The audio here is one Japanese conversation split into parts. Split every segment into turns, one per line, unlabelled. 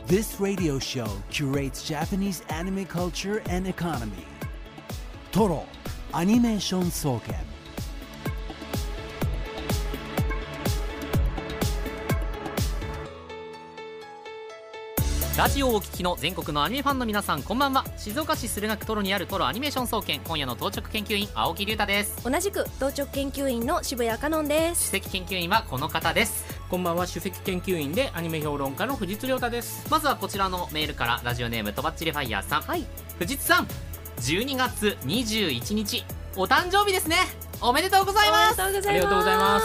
This radio show curates Japanese anime culture and economy. Toro Animation Souken.
ラジオをお聞きの全国のアニメファンの皆さん、こんばんは。静岡市駿河区トロにあるトロアニメーション総研、今夜の当直研究員青木隆太です。
同じく当直研究員の渋谷香音です。
首席研究員はこの方です。
こんばんは。首席研究員でアニメ評論家の藤津亮太です。
まずはこちらのメールから。ラジオネームとばっちりファイヤーさん、
はい、
藤津さん、12月21日お誕生日ですね。おめでとうございます。
ありがとうございます。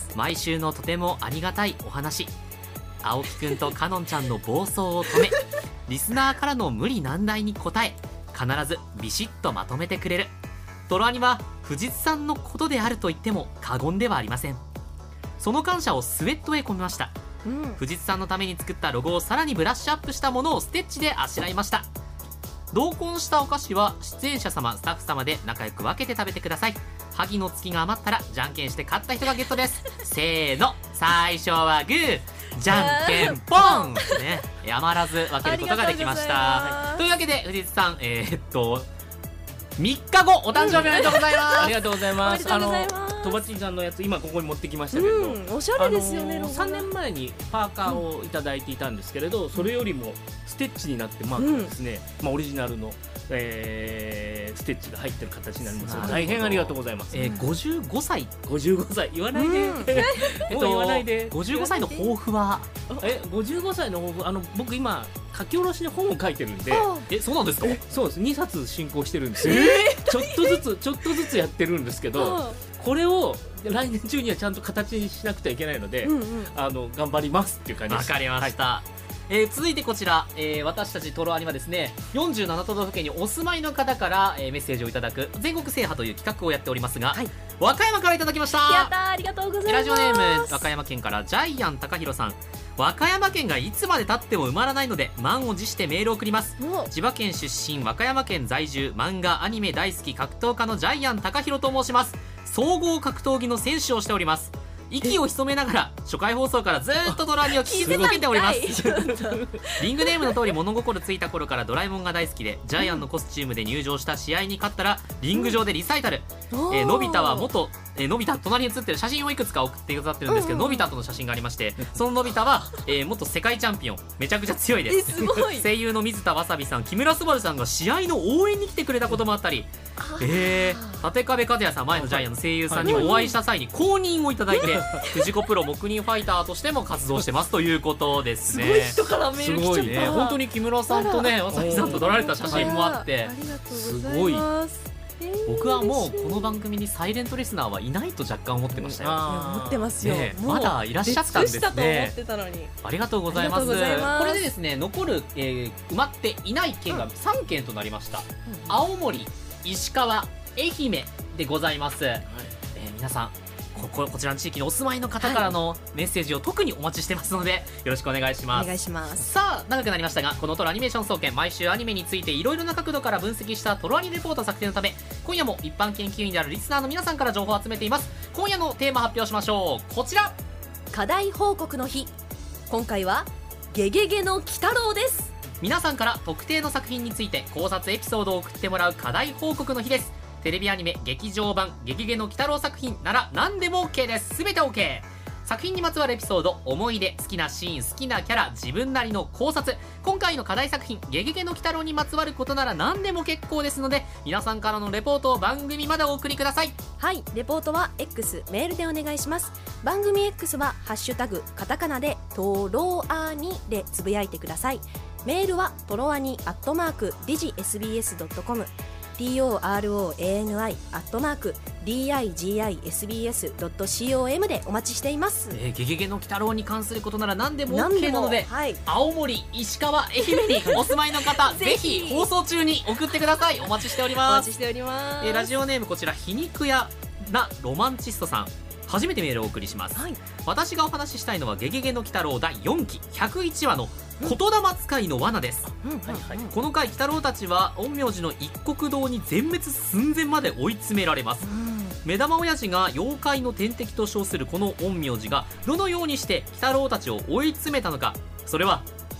毎週のとてもありがたいお話、青木くんとかのんちゃんの暴走を止めリスナーからの無理難題に応え、必ずビシッとまとめてくれるトロアニは藤津さんのことであると言っても過言ではありません。その感謝をスウェットへ込めました。藤津さんのために作ったロゴをさらにブラッシュアップしたものをステッチであしらいました。同梱したお菓子は出演者様スタッフ様で仲良く分けて食べてください。萩の月が余ったらじゃんけんして勝った人がゲットですせーの、最初はグーじゃんけんポン、ね、余らず分けることができました。というわけで藤津さん、3日後お誕生日おめでとうございます。
ありがとうございます。とばっちりさんのやつ今ここに持ってきましたけど、
おしゃれですよね。
3年前にパーカーをいただいていたんですけれど、それよりもステッチになってマークがですね、オリジナルの、ステッチが入ってる形になります。大変ありがとうございます。
55歳
言わないで、もう言わないで。
55歳の抱負は
55歳の抱負、僕今書き下ろしの本を書いてるんで。
そうなんですか。
そうです。2冊進行してるんですよ。ちょっとずつやってるんですけど、これを来年中にはちゃんと形にしなくてはいけないので、頑張りますっていう感じです。
わかりました、続いてこちら、私たちトロアニはですね、47都道府県にお住まいの方から、メッセージをいただく全国制覇という企画をやっておりますが、和歌山からいただきました。
やったー、ありがとうございます。
ラジオネーム和歌山県からジャイアン高弘さん、和歌山県がいつまで経っても埋まらないので満を持してメールを送ります。千葉県出身、和歌山県在住、漫画アニメ大好き格闘家のジャイアン高弘と申します。総合格闘技の選手をしております。息を潜めながら初回放送からずっとドラマを聞き続けておりますリングネームの通り物心ついた頃からドラえもんが大好きで、ジャイアンのコスチュームで入場した試合に勝ったらリング上でリサイタル、のび太は元のび太、隣に写ってる写真をいくつか送ってくださってるんですけど、のび太との写真がありまして、そののび太は、元世界チャンピオン、めちゃくちゃ強いです。
すごい
声優の水田わさびさん、木村昴さんが試合の応援に来てくれたこともあったり、立壁和也さん、前のジャイアンの声優さんにもお会いした際に公認をいただいて、藤子プロ黙認ファイターとしても活動してますということですね。
すごい人からメール来ちゃった。
すごいね、本当に木村さんとね、わさびさんと撮られた写真もあって、
ありがとうございます。
僕はもうこの番組にサイレントリスナーはいないと若干思ってましたよ。
思ってますよ、
まだいらっしゃったんですね。ありがとうございます。これでですね、残る、埋まっていない県が3県となりました。青森、石川、愛媛でございます。皆さんこちらの地域にお住まいの方からのメッセージを特にお待ちしてますので、よろしくお願いします。
お願いします。
さあ、長くなりましたが、このトロアニメーション総研、毎週アニメについていろいろな角度から分析したトロアニレポート作成のため、今夜も一般研究員であるリスナーの皆さんから情報を集めています。今夜のテーマ発表しましょう。こちら、
課題報告の日。今回はゲゲゲの鬼太郎です。
皆さんから特定の作品について考察エピソードを送ってもらう課題報告の日です。テレビアニメ劇場版ゲゲゲの鬼太郎作品なら何でも OK です。全て OK。 作品にまつわるエピソード、思い出、好きなシーン、好きなキャラ、自分なりの考察、今回の課題作品ゲゲゲの鬼太郎にまつわることなら何でも結構ですので、皆さんからのレポートを番組までお送りください。
はい、レポートは X メールでお願いします。番組 X はハッシュタグカタカナでトロアニでつぶやいてください。メールはトロアニ@digisbs.com、TOROANI@digisbs.com でお待ちしています。
ゲゲゲの鬼太郎に関することなら何でも OK なので、青森、石川、愛媛にお住まいの方ぜひ放送中に送ってください。お待ちしております。
お待ちしております。
ラジオネームこちら、皮肉屋なロマンチストさん、初めてメールをお送りします。私がお話ししたいのはゲゲゲの鬼太郎第4期101話の言霊使いの罠です。この回、鬼太郎たちは陰陽師の一国堂に全滅寸前まで追い詰められます。目玉親父が妖怪の天敵と称するこの陰陽師がどのようにして鬼太郎たちを追い詰めたのか、それは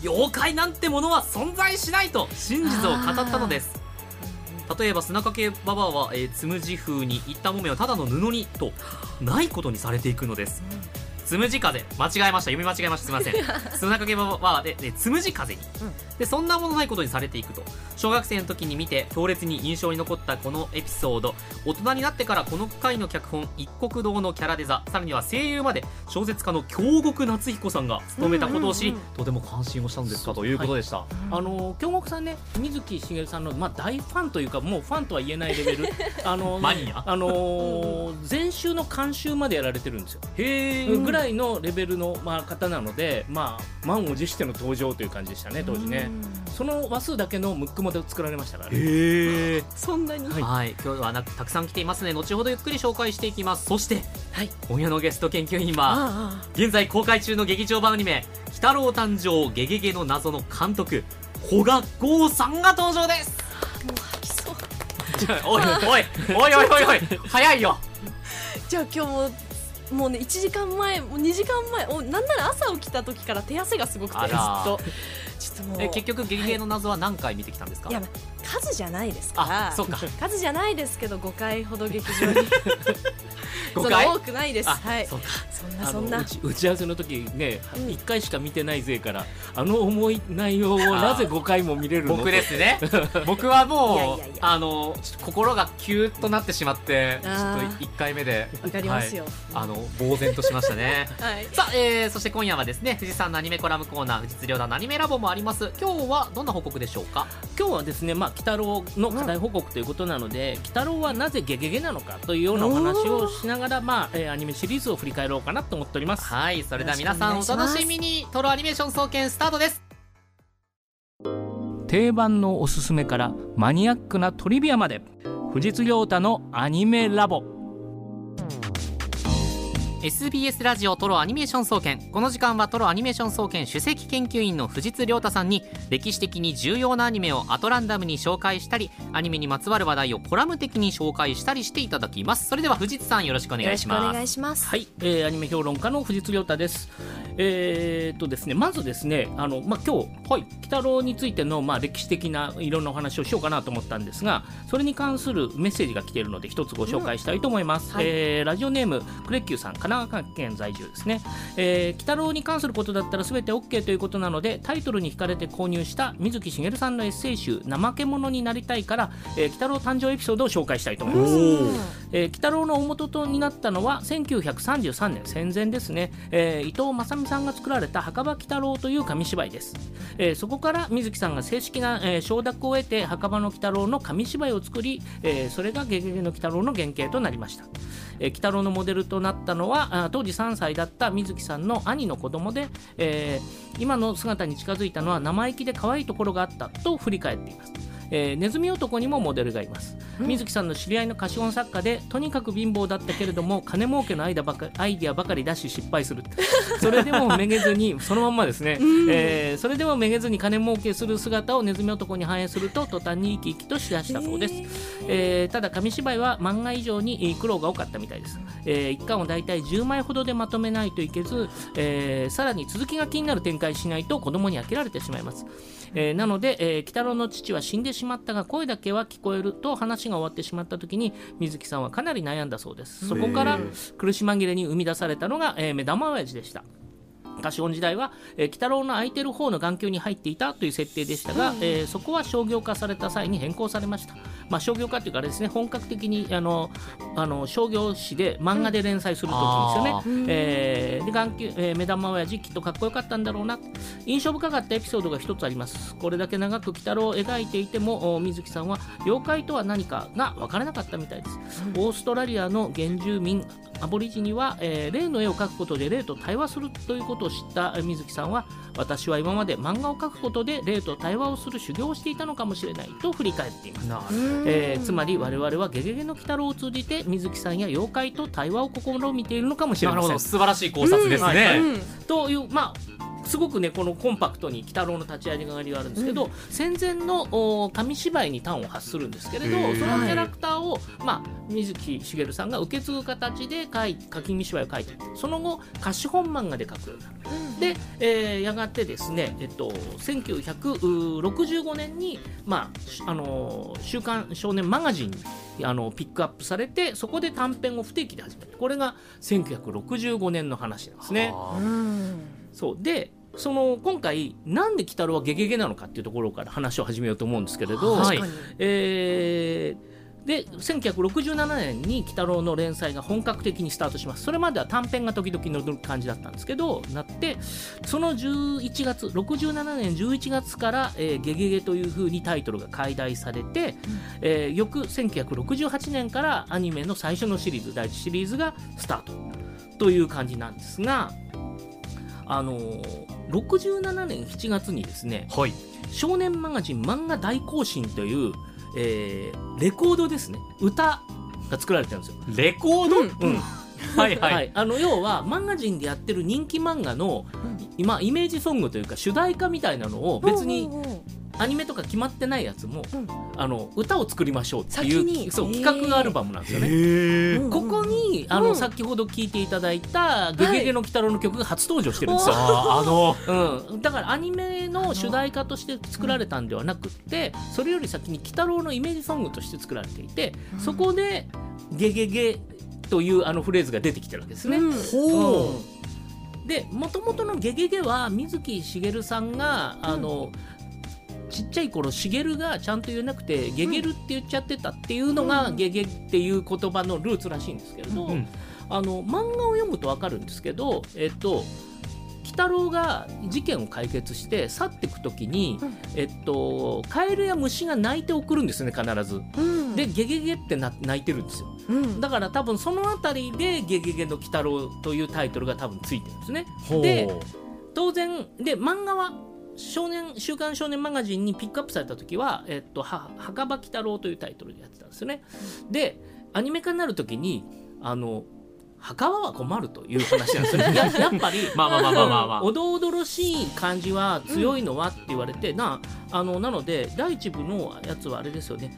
妖怪なんてものは存在しないと真実を語ったのです。例えば砂かけババアは、つむじ風にいったもめをただの布にとないことにされていくのです。つむじ風、間違えました、読み間違えました、すみません。砂かけババアでつむじ風に、でそんなものないことにされていくと。小学生の時に見て強烈に印象に残ったこのエピソード、大人になってからこの回の脚本、一国堂のキャラデザ、さらには声優まで小説家の京極夏彦さんが務めたことを知り、とても関心をしたのですかということでした。
京極さんね、水木しげるさんの、大ファンというか、もうファンとは言えないレベル
マニア
前週の監修までやられてるんですよ。
へー、
ぐらいのレベルの、方なので、満を持しての登場という感じでしたね、当時ね。その話数だけのムックもで作られましたからね。
へー、
そんなに、
はい、今日はたくさん来ていますので、後ほどゆっくり紹介していきます。そして、今夜のゲスト研究員は現在公開中の劇場版アニメ「鬼太郎誕生ゲゲゲの謎」の監督、古賀剛さんが登場です。
もう吐きそう。
おい早いよ。
じゃあ今日もうね、1時間前、もう2時間前、なんなら朝起きた時から手汗がすごくて、ずっとちょっともう
結局ゲゲゲの謎は何回見てきたんですか？
いや、数じゃないですから。
そうか、
数じゃないですけど5回ほど劇場に
5回
多くないです。はい、
そうか、
そんな
打ち合わせの時ね、1回しか見てないぜから、重い内容をなぜ5回も見れるの？
僕ですね。僕はもうちょっと心がキューッとなってしまって、ちょっと1回目で
わかりますよ、
呆然としましたね。
はい、
さあ、そして今夜はですね、富士山のアニメコラムコーナー、富士津亮太のアニメラボもあります。今日はどんな報告でしょうか？
今日はですね、鬼太郎の課題報告ということなので、鬼太郎はなぜゲゲゲなのかというようなお話をしながら、アニメシリーズを振り返ろうかなと思っております。
はい、それでは皆さんお楽しみに。トロアニメーション総研スタートです。
定番のおすすめからマニアックなトリビアまで、藤津亮太のアニメラボ。
SBS ラジオトロアニメーション総研。この時間はトロアニメーション総研首席研究員の藤津亮太さんに、歴史的に重要なアニメをアトランダムに紹介したり、アニメにまつわる話題をコラム的に紹介したりしていただきます。それでは藤津さん、よろしくお願いします。
よろしくお願いします。
はい、アニメ評論家の藤津亮太です。ですね、まずですね、今日、鬼太郎についての、歴史的ないろんなお話をしようかなと思ったんですが、それに関するメッセージが来ているので一つご紹介したいと思います。ラジオネームクレッキューさん、神奈川県在住ですね。鬼太郎に関することだったら全て OK ということなので、タイトルに惹かれて購入した水木しげるさんのエッセイ集「怠け者になりたい」から、鬼太郎誕生エピソードを紹介したいと思います。鬼太郎の大元とになったのは1933年、戦前ですね。伊藤正美さんが作られた墓場鬼太郎という紙芝居です。そこから水木さんが正式な、承諾を得て墓場の鬼太郎の紙芝居を作り、それがゲゲゲの鬼太郎の原型となりました。鬼太郎のモデルとなったのは当時3歳だった水木さんの兄の子供で、今の姿に近づいたのは生意気で可愛いところがあったと振り返っています。ネズミ男にもモデルがいます。水木さんの知り合いの貸本作家で、とにかく貧乏だったけれども金儲けのアイデアばかり出し失敗する。それでもめげずにそのまんまですね、それでもめげずに金儲けする姿をネズミ男に反映すると、途端に生き生きとしだしたそうです。ただ紙芝居は漫画以上に苦労が多かったみたいです。一巻をだいたい10枚ほどでまとめないといけず、さらに続きが気になる展開しないと子供に飽きられてしまいます。なので、鬼太郎の父は死んでしまったが声だけは聞こえると話が終わってしまった時に、水木さんはかなり悩んだそうです。そこから苦し紛れに生み出されたのが、目玉親父でした。貸本時代は、鬼太郎の空いてる方の眼球に入っていたという設定でしたが、そこは商業化された際に変更されました。商業化というかあれですね、本格的に商業誌で漫画で連載するときですよね。で眼球、目玉親父きっとかっこよかったんだろうな。印象深かったエピソードが一つあります。これだけ長く鬼太郎を描いていても水木さんは妖怪とは何かが分からなかったみたいです。オーストラリアの原住民アボリジニは、霊の絵を描くことで霊と対話するということを知った水木さんは、私は今まで漫画を描くことで霊と対話をする修行をしていたのかもしれないと振り返っています。つまり我々はゲゲゲの鬼太郎を通じて水木さんや妖怪と対話を試みているのかもしれません。
なるほど、素晴らしい考察ですね。
というすごくねこのコンパクトに鬼太郎の立ち上がりがあるんですけど、戦前の紙芝居に端を発するんですけれど、そのキャラクターを、水木しげるさんが受け継ぐ形で紙芝居を描いていって、その後貸本漫画で描くようになる。で、やがてですね、1965年に、週刊少年マガジンにピックアップされて、そこで短編を不定期で始める。これが1965年の話なんですね。そうで今回なんで鬼太郎はゲゲゲなのかっていうところから話を始めようと思うんですけれど、で1967年に鬼太郎の連載が本格的にスタートします。それまでは短編が時々載る感じだったんですけど、なってその67年11月から、ゲゲゲという風にタイトルが改題されて、翌1968年からアニメの最初のシリーズ第1シリーズがスタートという感じなんですが、67年7月にですね、少年マガジン漫画大行進というレコードですね、歌が作られてるんですよ。
レコード、
要はマガジンでやってる人気漫画の、イメージソングというか主題歌みたいなのを別にアニメとか決まってないやつも、歌を作りましょうっていう企画がアルバムなんですよね。ここに先ほど聴いていただいたゲゲゲの鬼太郎の曲が初登場してるんですよ。だからアニメの主題歌として作られたんではなくって、それより先に鬼太郎のイメージソングとして作られていて、そこでゲゲゲというフレーズが出てきてるわけですね。で元々のゲゲゲは水木しげるさんがちっちゃい頃しげるがちゃんと言えなくてゲゲルって言っちゃってたっていうのがゲゲっていう言葉のルーツらしいんですけれど、漫画を読むと分かるんですけど、鬼太郎が事件を解決して去っていく時に、カエルや虫が鳴いて送るんですよね、必ず。でゲゲゲって鳴いてるんですよ。だから多分そのあたりでゲゲゲの鬼太郎というタイトルが多分ついてるんですね。で当然で漫画は週刊少年マガジンにピックアップされた時は、墓場鬼太郎というタイトルでやってたんですよね。でアニメ化になる時に墓場は困るという話なんですよね。やっぱりおどおどろしい感じは強いのはって言われて、なので第一部のやつはあれですよね、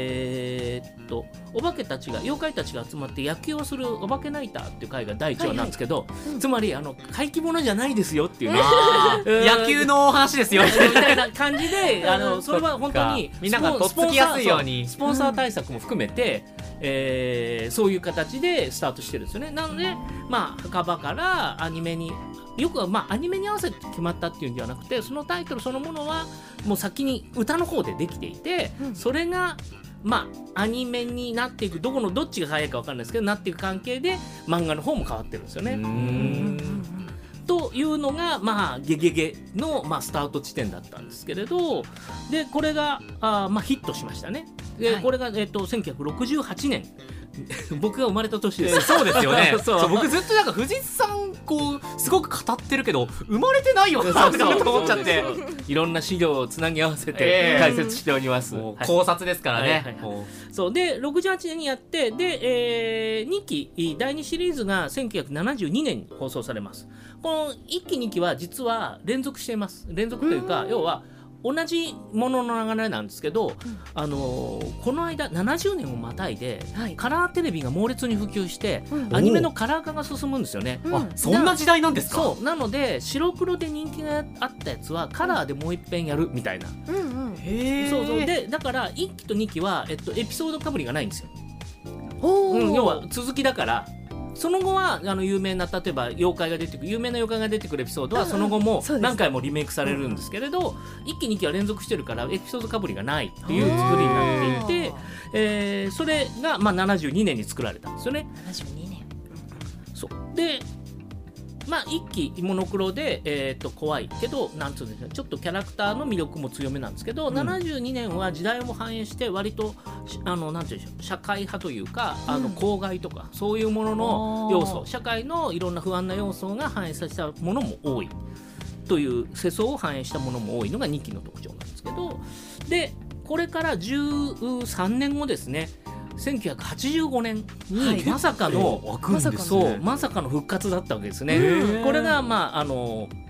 お化けたちが妖怪たちが集まって野球をするお化けナイターっていう回が第一話なんですけど、つまり怪奇物じゃないですよっていうね、
野球のお話ですよ
みたいな感じでそれは本当に
みんながとっつきやすいように
スポンサー対策も含めて、そういう形でスタートしてるんですよね。なので墓場からアニメによくはアニメに合わせて決まったっていうんではなくて、そのタイトルそのものはもう先に歌の方でできていて、それがアニメになっていく、どっちが早いか分かんないですけどなっていく関係で漫画の方も変わってるんですよね。というのがゲゲゲのスタート地点だったんですけれど、でこれがヒットしましたね。でこれが1968年僕が生まれた年です。
そうですよね。僕ずっとなんか藤井さんすごく語ってるけど生まれてないよなって思っちゃって、
いろんな資料をつなぎ合わせて解説しております。
考察ですからね。
そうで68年にやって、で、2期第2シリーズが1972年に放送されます。この1期2期は実は連続しています。連続というか要は同じものの流れなんですけど、この間70年をまたいで、カラーテレビが猛烈に普及して、アニメのカラー化が進むんですよね。
そんな時代なんですか。
そうなので白黒で人気があったやつはカラーでもう一遍やるみたいな。そうでだから1期と2期は、エピソードかぶりがないんですよ。要は続きだから。その後は有名な例えば有名な妖怪が出てくるエピソードはその後も何回もリメイクされるんですけれど、1期2期は連続してるからエピソードかぶりがないっていう作りになっていて、それが72年に作られたんですよね。
72年。
そうで1期モノクロで、怖いけどなんつうんですか、ちょっとキャラクターの魅力も強めなんですけど、72年は時代を反映して割となんていうんでしょう、社会派というか公害とかそういうものの要素、社会のいろんな不安な要素が反映させたものも多いという世相を反映したものも多いのが2期の特徴なんですけど、でこれから13年後ですね、1985年にまさかの復活だったわけですね。これが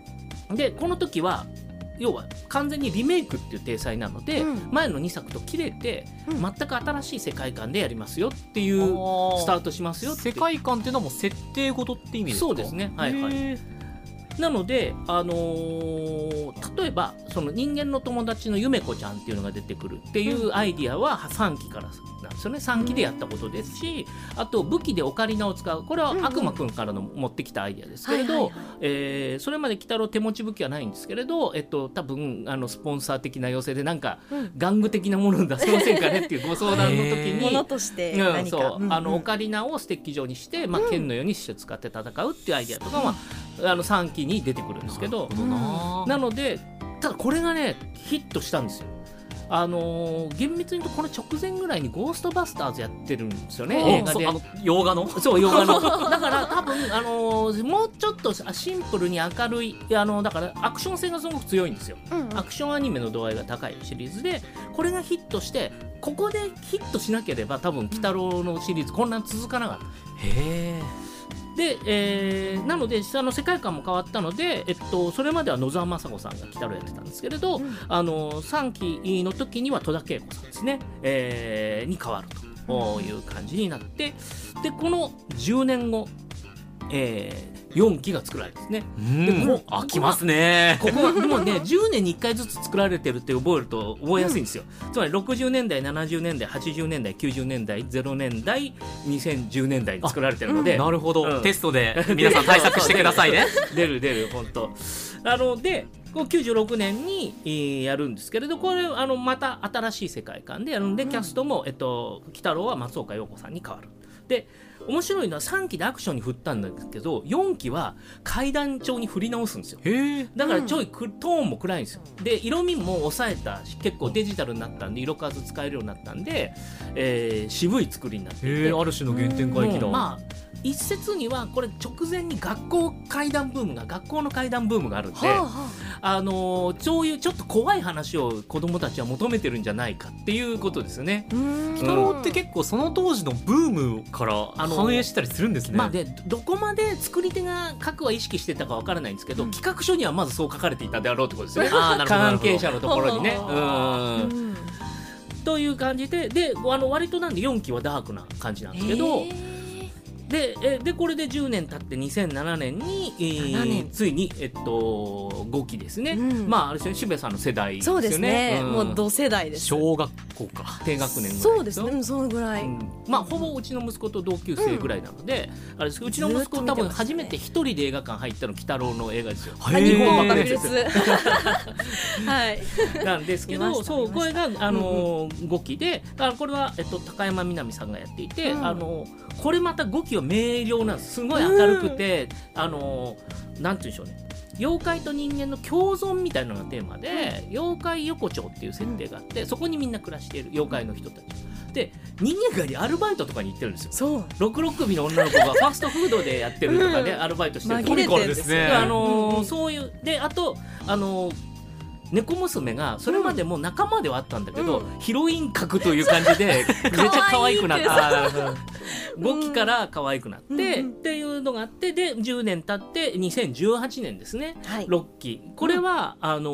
でこの時は要は完全にリメイクっていう体裁なので、前の2作と切れて、全く新しい世界観でやりますよっていうスタートしますよって
世界観っていうのはもう設定ごとって意味ですか？
そうですね、はいはい。なので、例えばその人間の友達のゆめこちゃんっていうのが出てくるっていうアイディアは3期からなんですよね。3期でやったことですし、あと武器でオカリナを使う、これは悪魔くんからの持ってきたアイディアですけれど、それまで鬼太郎手持ち武器はないんですけれど、多分スポンサー的な要請でなんか玩具的なものを出せませんかねっていうご相談の時に
ものとして何か、
オカリナをステッキ状にして、剣のようにして使って戦うっていうアイディアとかは、3期に出てくるんですけど、なのでただこれがねヒットしたんですよ。厳密に言うとこの直前ぐらいにゴーストバスターズやってるんですよね、映画で。
洋画の
そう洋画のだから多分もうちょっとシンプルに明るいだからアクション性がすごく強いんですよ、アクションアニメの度合いが高いシリーズで、これがヒットしてここでヒットしなければ多分鬼太郎のシリーズこんな続かなかった。
へー。
で、なので世界観も変わったので、それまでは野沢雅子さんが鬼太郎やってたんですけれど、3期の時には戸田恵子さんですね、に変わるという感じになって、でこの10年後、4期が作られるんですね。でもう
飽きますね。
ここはもうね10年に1回ずつ作られてるって覚えると覚えやすいんですよ、つまり60年代70年代80年代90年代0年代2010年代に作られてるので、
なるほど、テストで皆さん対策してくださいね。
出る本当。で96年にやるんですけれど、これまた新しい世界観でやるんで、キャストも鬼太郎は松岡洋子さんに変わる。で面白いのは3期でアクションに振ったんですけど、4期は階段調に振り直すんですよ。だからちょいトーンも暗いんですよ。で色味も抑えた、結構デジタルになったんで色数使えるようになったんで、渋い作りになっていて、
ある種の原点回帰だ。
まあ一説にはこれ直前に学校の怪談ブームがあるんで、そういうちょっと怖い話を子どもたちは求めてるんじゃないかっていうことですよね。
鬼太郎って結構その当時のブームから反映したりするんですね。
でどこまで作り手が核は意識してたかわからないんですけど、企画書にはまずそう書かれていたであろうってことですよね。関係者のところにね。という感じで、割となんで4期はダークな感じなんですけど、でこれで10年経って2007年に、ついに、5期ですね、あれですね、渋谷さんの世代ですよね。
そうですね、もう同世代です。
小学校か
低学年ぐらい。
そうですね、そのぐらい、
ほぼうちの息子と同級生ぐらいなので、あれですけど、うちの息子多分初めて一人で映画館入ったの鬼太郎の映画ですよ。
日本爆裂はい
なんですけど、そうこれが5期で、これは高山みなみさんがやっていて、これまた5期は明瞭なんです。すごい明るくて、なんて言うんでしょうね、妖怪と人間の共存みたいなのがテーマで、妖怪横丁っていう設定があって、そこにみんな暮らしている妖怪の人たちで、人間界にアルバイトとかに行ってるんですよ。
そう
66組の女の子がファストフードでやってるとかで、アルバイトしてる
紛れてるんですね。
そういうで、あと猫娘がそれまでも仲間ではあったんだけど、ヒロイン格という感じでめっちゃ可愛くなった5期から可愛くなって、っていうのがあって、で10年経って2018年ですね、6期。これは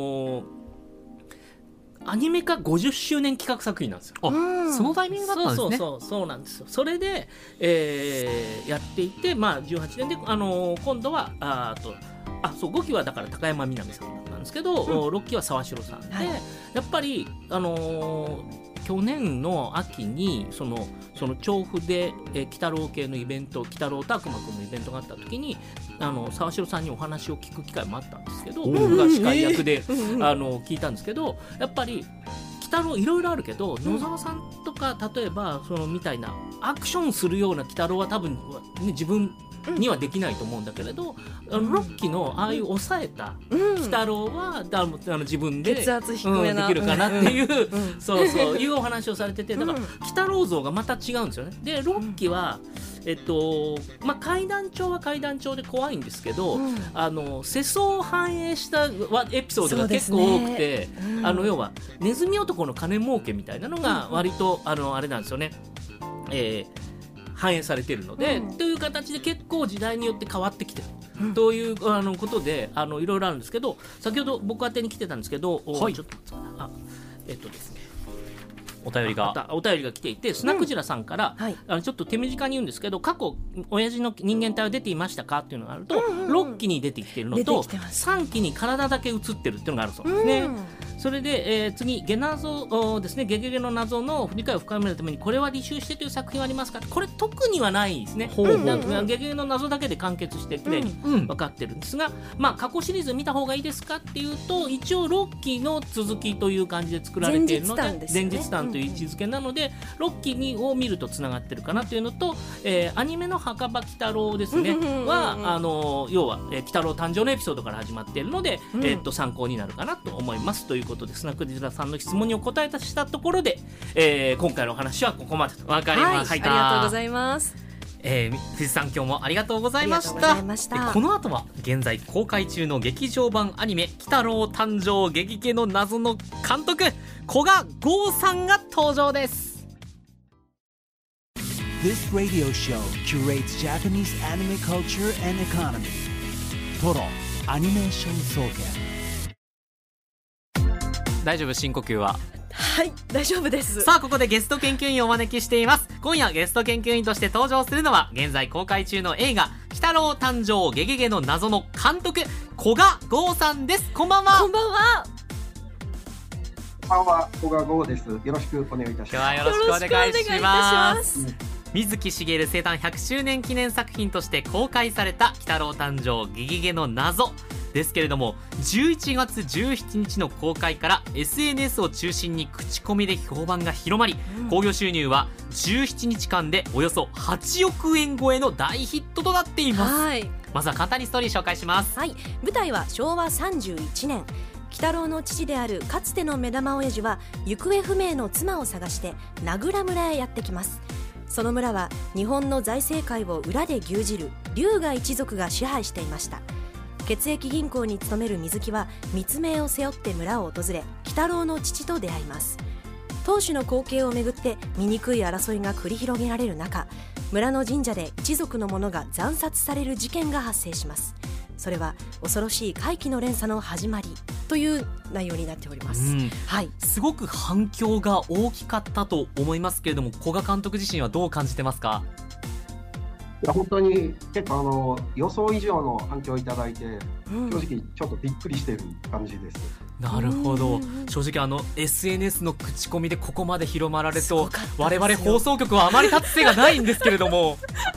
アニメ化50周年企画作品なんですよ。
そのタイミングだったんですね。
そうなんですよ。それで、やっていて、18年で今度は5期はだから高山みなみさんだったんですけど、6期は沢城さんで、やっぱり去年の秋にその調布で鬼太郎系のイベント、鬼太郎と悪魔くんのイベントがあった時に沢城さんにお話を聞く機会もあったんですけど、僕が司会役で聞いたんですけど、やっぱり鬼太郎いろいろあるけど、野沢さんとか例えばみたいなアクションするような鬼太郎は多分、自分にはできないと思うんだけれど、6期のああいう抑えた鬼太郎は自分で、
血圧低めな
できるかなっていう、いうお話をされてて、だから鬼太郎像がまた違うんですよね。で6期は怪談調は怪談調で怖いんですけど、世相を反映したエピソードが結構多くて、要はネズミ男の金儲けみたいなのが割とあれなんですよね、反映されているので、という形で結構時代によって変わってきてる。 ということでいろいろあるんですけど、先ほど僕宛てに来てたんですけど、
はい、
ちょっとですね、
お便りが
来ていて、スナクジラさんから、ちょっと手短に言うんですけど、過去親父の人間体は出ていましたかっていうのがあると、6期に出てきているのと3期に体だけ映ってるっていうのがあるそうですね。それで、次ゲナゾですね、ゲゲゲの謎の理解を深めるためにこれは履修してという作品はありますか。これ特にはないですね。ゲゲゲの謎だけで完結してきれいに分かってるんですが、過去シリーズ見た方がいいですかっていうと、一応6期の続きという感じで作られているので、前日談という位置づけなので、6期を見るとつながってるかなというのと、アニメの墓場鬼太郎ですねは要は鬼太郎誕生のエピソードから始まっているので、参考になるかなと思いますということで、スナクジラさんの質問にお答えしたところで、今回のお話はここまでと。
わかりました、
ありがとうございます。
藤さん今日もありがとうございました。この後は現在公開中の劇場版アニメ鬼太郎誕生ゲゲゲの謎の監督古賀剛さんが登場です。
This radio show curates Japanese anime culture and economy. Toro Animation Soken。
大丈夫、深呼吸は。
はい、大丈夫です。
さあ、ここでゲスト研究員をお招きしています。今夜ゲスト研究員として登場するのは、現在公開中の映画鬼太郎誕生ゲゲゲの謎の監督古賀剛さんです。こんばんは。
こんばんは。
こんばんは、古賀剛です。よろしくお願いいたします。
今日はよろしくお願いします。水木しげる生誕100周年記念作品として公開された鬼太郎誕生ゲゲゲの謎ですけれども、11月17日の公開から SNS を中心に口コミで評判が広まり、興行収入は17日間でおよそ8億円超えの大ヒットとなっています。まずは簡単にストーリー紹介します。
舞台は昭和31年。鬼太郎の父であるかつての目玉親父は行方不明の妻を探して名倉村へやってきます。その村は日本の財政界を裏で牛耳る龍河一族が支配していました。血液銀行に勤める水木は密命を背負って村を訪れ、鬼太郎の父と出会います。当主の後継をめぐって醜い争いが繰り広げられる中、村の神社で一族の者が惨殺される事件が発生します。それは恐ろしい怪奇の連鎖の始まりという内容になっております。
すごく反響が大きかったと思いますけれども、古賀監督自身はどう感じてますか？
いや、本当に結構予想以上の反響をいただいて、正直ちょっとびっくりしている感じです。
なるほど。正直SNS の口コミでここまで広まられると、我々放送局はあまり立つ瀬がないんですけれども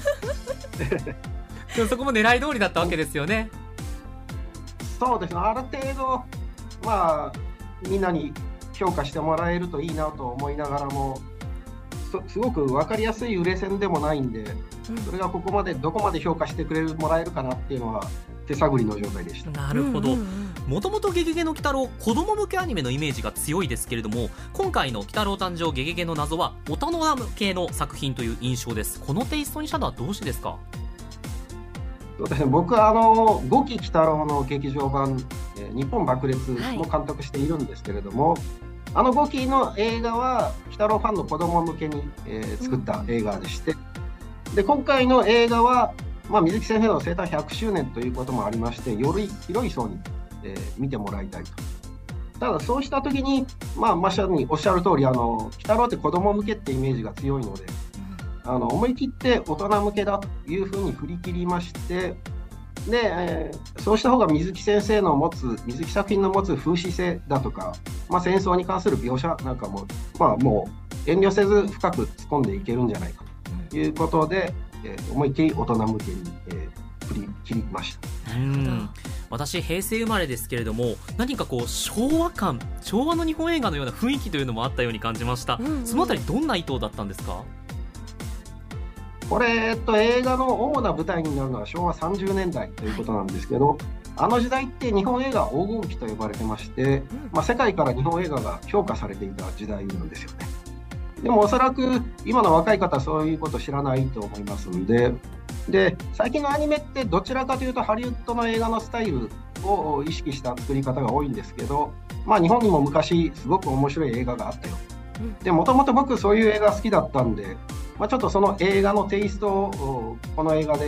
でもそこも狙い通りだったわけですよね。
そうですね、ある程度みんなに評価してもらえるといいなと思いながらも、すごく分かりやすい売れ線でもないんで、それがここまでどこまで評価してもらえるかなっていうのは手探りの状態でした。
なるほど。もともとゲゲゲの鬼太郎、子供向けアニメのイメージが強いですけれども、今回の鬼太郎誕生ゲゲゲの謎は大人向けの作品という印象です。このテイストにしたのはどうしてですか？
そうですね、僕は5期鬼太郎の劇場版、日本爆裂も監督しているんですけれども、5期の映画は鬼太郎ファンの子供向けに、作った映画でして、で今回の映画は、水木先生の生誕100周年ということもありまして、より広い層に、見てもらいたいと。ただそうした時に、まさにおっしゃる通り、鬼太郎って子供向けってイメージが強いので、思い切って大人向けだというふうに振り切りまして、で、そうした方が水木先生の持つ、水木作品の持つ風刺性だとか、戦争に関する描写なんかも、もう遠慮せず深く突っ込んでいけるんじゃないかということで、思い切り大人向けに、振り切りました。
私平成生まれですけれども、何か昭和の日本映画のような雰囲気というのもあったように感じました。そのあたりどんな意図だったんですか？
これ、映画の主な舞台になるのは昭和30年代ということなんですけど、あの時代って日本映画黄金期と呼ばれてまして、世界から日本映画が評価されていた時代なんですよね。でもおそらく今の若い方はそういうこと知らないと思いますので、最近のアニメってどちらかというとハリウッドの映画のスタイルを意識した作り方が多いんですけど、日本にも昔すごく面白い映画があったよ。で、もともと僕そういう映画好きだったんで、ちょっとその映画のテイストをこの映画で、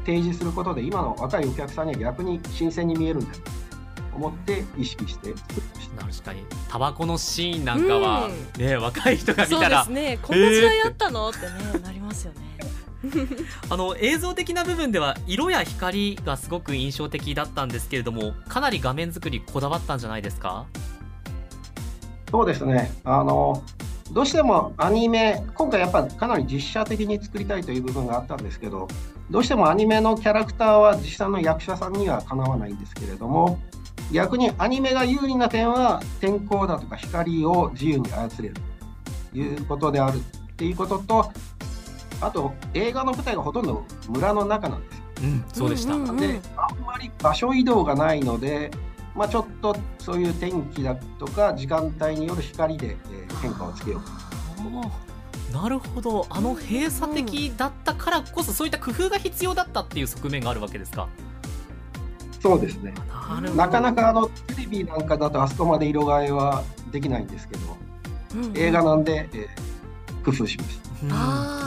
提示することで今の若いお客さんには逆に新鮮に見えるんじゃないかと思って意識して作りました。
確かにタバコのシーンなんかは、ね、若い人が見たら
そうですね、こんな時代あったのってねなりますよね。
映像的な部分では色や光がすごく印象的だったんですけれども、かなり画面作りこだわったんじゃないですか？
そうですね、どうしてもアニメ、今回やっぱかなり実写的に作りたいという部分があったんですけど、どうしてもアニメのキャラクターは実際の役者さんにはかなわないんですけれども、逆にアニメが有利な点は天候だとか光を自由に操れるということであるっていうことと、あと映画の舞台がほとんど村の中なんですよ。
そうでした。
で、あんまり場所移動がないので、ちょっとそういう天気だとか時間帯による光で、変化をつけよう。
なるほど、閉鎖的だったからこそそういった工夫が必要だったっていう側面があるわけですか？
そうですね。なかなかテレビなんかだとあそこまで色替えはできないんですけど、映画なんで、工夫しました。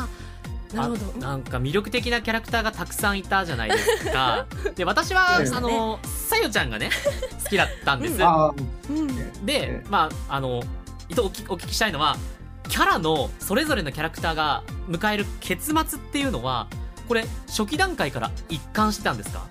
なるほど。
なんか魅力的なキャラクターがたくさんいたじゃないですか。で、私はさよちゃんがね好きだったんです。で、お聞きしたいのは、キャラのそれぞれのキャラクターが迎える結末っていうのは、これ初期段階から一貫してたんですか？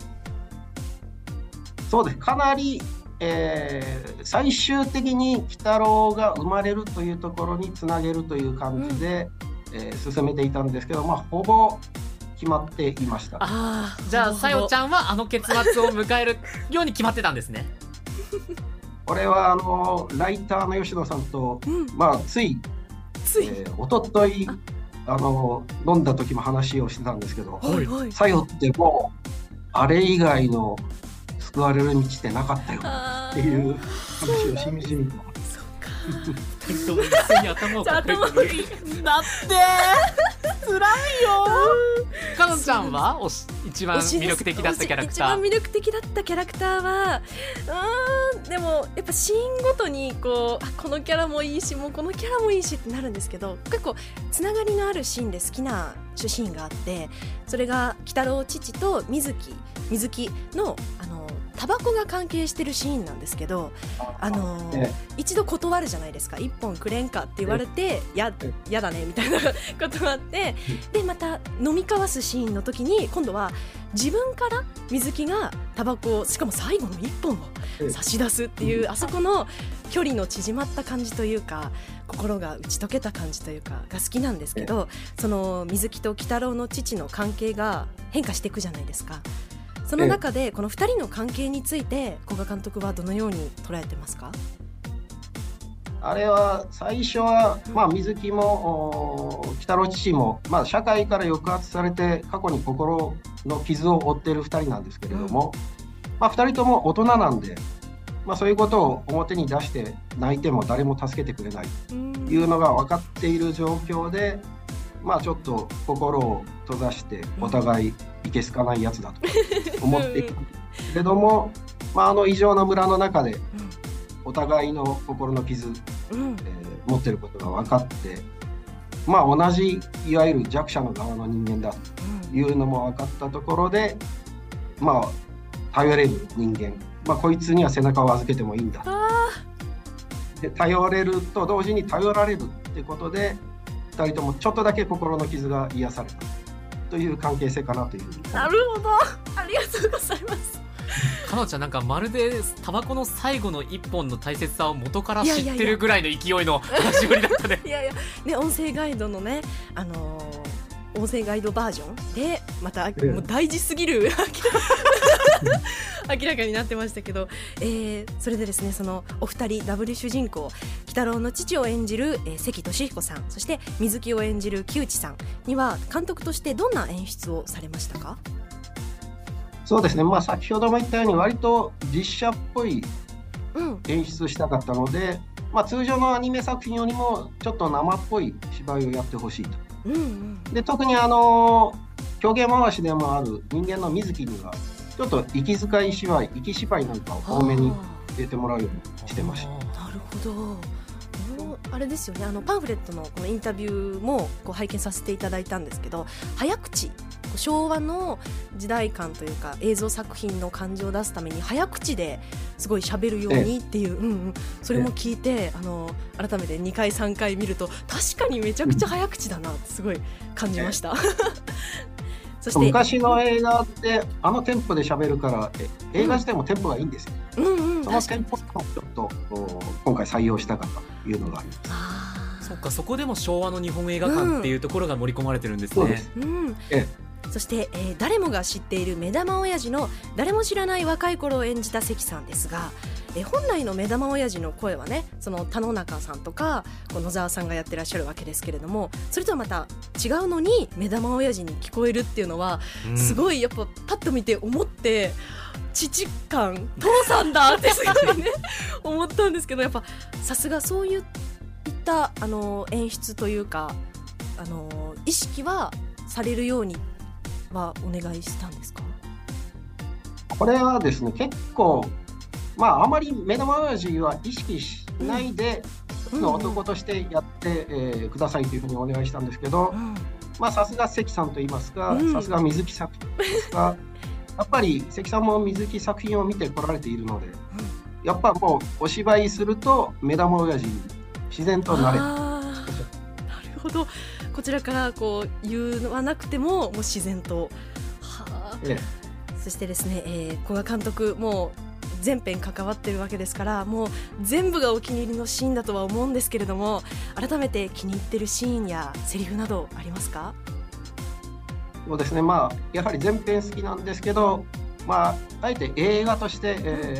そうです。かなり、最終的に鬼太郎が生まれるというところにつなげるという感じで、進めていたんですけど、ほぼ決まっていました。
じゃあさよちゃんは結末を迎えるように決まってたんですね。
これはライターの吉野さんと、ついおととい飲んだ時も話をしてたんですけど、さよってもうあれ以外の救われる道ってなかったよっていう話をしみじみと。
頭をかけてだって辛いよ。かのんちゃんは一番魅力的だったキャラクター？
一番魅力的だったキャラクターはでもやっぱシーンごとにこのキャラもいいし、もうこのキャラもいいしってなるんですけど、結構つながりのあるシーンで好きなシーンがあって、それが鬼太郎父と水木のタバコが関係してるシーンなんですけど、一度断るじゃないですか。一本くれんかって言われて、やだねみたいなことがあって、でまた飲み交わすシーンの時に今度は自分から水木がタバコを、しかも最後の一本を差し出すっていう、あそこの距離の縮まった感じというか、心が打ち解けた感じというかが好きなんですけど、その水木と鬼太郎の父の関係が変化していくじゃないですか。その中でこの2人の関係について古賀監督はどのように捉えてますか？
あれは最初は、水木も鬼太郎父も、社会から抑圧されて過去に心の傷を負っている2人なんですけれども、2人とも大人なんで、そういうことを表に出して泣いても誰も助けてくれないというのが分かっている状況で、ちょっと心を閉ざしてお互いいけすかないやつだと思っていたけれども、異常な村の中でお互いの心の傷、持っていることが分かって、同じいわゆる弱者の側の人間だというのも分かったところで、頼れる人間、こいつには背中を預けてもいいんだで、頼れると同時に頼られるってことで、2人ともちょっとだけ心の傷が癒されたという関係性かなという。
なるほど、ありがとうございます。
かのちゃん、なんかまるでタバコの最後の一本の大切さを元から知ってるぐらいの勢いの話しぶりだったね。
ね、音声ガイドのね、音声ガイドバージョンでまたもう大事すぎる明らかになってましたけど、それでですね、そのお二人ダブル主人公、鬼太郎の父を演じる、関俊彦さん、そして水木を演じる木内さんには監督としてどんな演出をされましたか？
そうですね、先ほども言ったように割と実写っぽい演出したかったので、通常のアニメ作品よりもちょっと生っぽい芝居をやってほしいと。で、特に狂言回しでもある人間の水木にはちょっと息遣い芝居、息芝居なんかを多めに入れてもらうようにしてました。
なるほど。あれですよね、パンフレットのこのインタビューも拝見させていただいたんですけど、早口昭和の時代感というか映像作品の感じを出すために早口ですごい喋るようにっていう、それも聞いて改めて2回3回見ると確かにめちゃくちゃ早口だなってすごい感じました。そして
昔の映画ってテンポで喋るから映画自体もテンポがいいんですよ。そのテンポをちょっと今回採用したかったというのがあります。
そっか、そこでも昭和の日本映画館っていうところが盛り込まれてるんですね。
そうです。
そして、誰もが知っている目玉親父の誰も知らない若い頃を演じた関さんですが、本来の目玉親父の声はね、その田野中さんとか野沢さんがやってらっしゃるわけですけれども、それとはまた違うのに目玉親父に聞こえるっていうのは、すごいやっぱパッと見て思って父感父さんだってすごいね思ったんですけど、やっぱさすがそういった演出というか意識はされるようにはお願いしたんですか？
これはですね、結構あまり目玉親父は意識しないで、男としてやって、くださいというふうにお願いしたんですけど、さすが関さんといいますか、さすが水木作品といいますか、やっぱり関さんも水木作品を見てこられているので、やっぱもうお芝居すると目玉親父に自然となれる。
なるほど、こちらから言わなくてもう自然と、そしてですね、古賀監督もう全編関わってるわけですから、もう全部がお気に入りのシーンだとは思うんですけれども、改めて気に入ってるシーンやセリフなどありますか？
そうですね、やはり全編好きなんですけど、あえて映画として、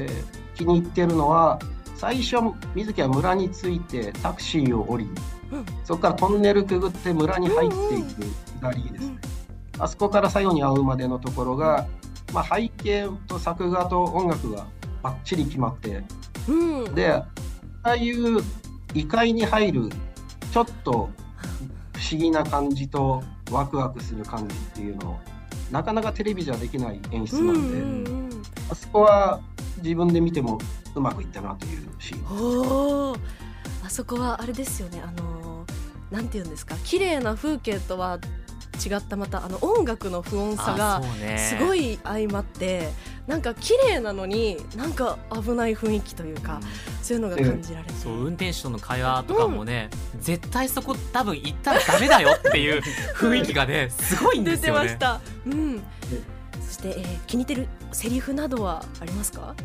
気に入ってるのは、最初水木は村に着いてタクシーを降り、そこからトンネルくぐって村に入っていく下りですね。あそこから最後に会うまでのところが、背景と作画と音楽がバッチリ決まって、でああいう異界に入るちょっと不思議な感じとワクワクする感じっていうのをなかなかテレビじゃできない演出なので、あそこは自分で見てもうまくいったなというシーン。
あそこはあれですよね、なんていうんですか、綺麗な風景とは違ったまた音楽の不穏さがすごい相まって、なんか綺麗なのになんか危ない雰囲気というか、そういうのが感じられて、
そう運転手との会話とかもね、絶対そこ多分行ったらダメだよっていう雰囲気がねすごいんですよね。
出てました。そして、気に入ってるセリフなどはありますか？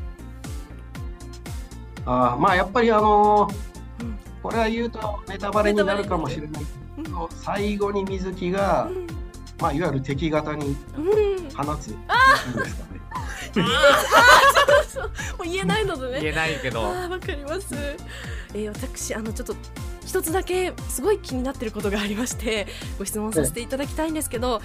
やっぱりこれは言うとネタバレになるかもしれないけど、最後に水木が、いわゆる敵方に放つんですかね。
そうもう言えないのでね。
言えないけど。
わかります。私ちょっと一つだけすごい気になってることがありまして、ご質問させていただきたいんですけど、